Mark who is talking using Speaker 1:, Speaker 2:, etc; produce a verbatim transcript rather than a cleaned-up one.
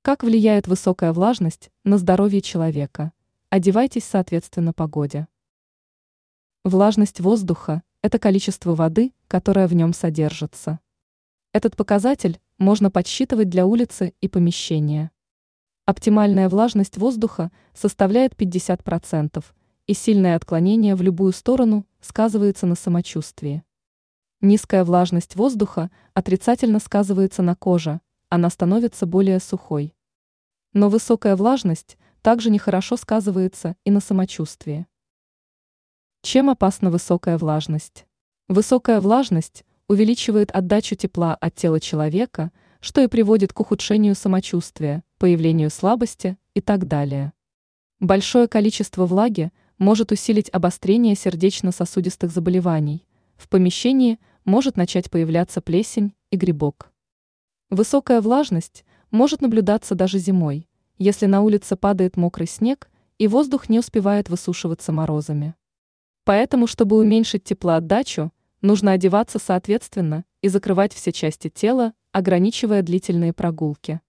Speaker 1: Как влияет высокая влажность на здоровье человека? Одевайтесь соответственно погоде. Влажность воздуха– это количество воды, которое в нем содержится. Этот показатель можно подсчитывать для улицы и помещения. Оптимальная влажность воздуха составляет пятьдесят процентов, и сильное отклонение в любую сторону сказывается на самочувствии. Низкая влажность воздуха отрицательно сказывается на коже, она становится более сухой. Но высокая влажность также нехорошо сказывается и на самочувствии. Чем опасна высокая влажность? Высокая влажность увеличивает отдачу тепла от тела человека, что и приводит к ухудшению самочувствия, появлению слабости и так далее. Большое количество влаги может усилить обострение сердечно-сосудистых заболеваний. В помещении может начать появляться плесень и грибок. Высокая влажность может наблюдаться даже зимой, если на улице падает мокрый снег и воздух не успевает высушиваться морозами. Поэтому, чтобы уменьшить теплоотдачу, нужно одеваться соответственно и закрывать все части тела, ограничивая длительные прогулки.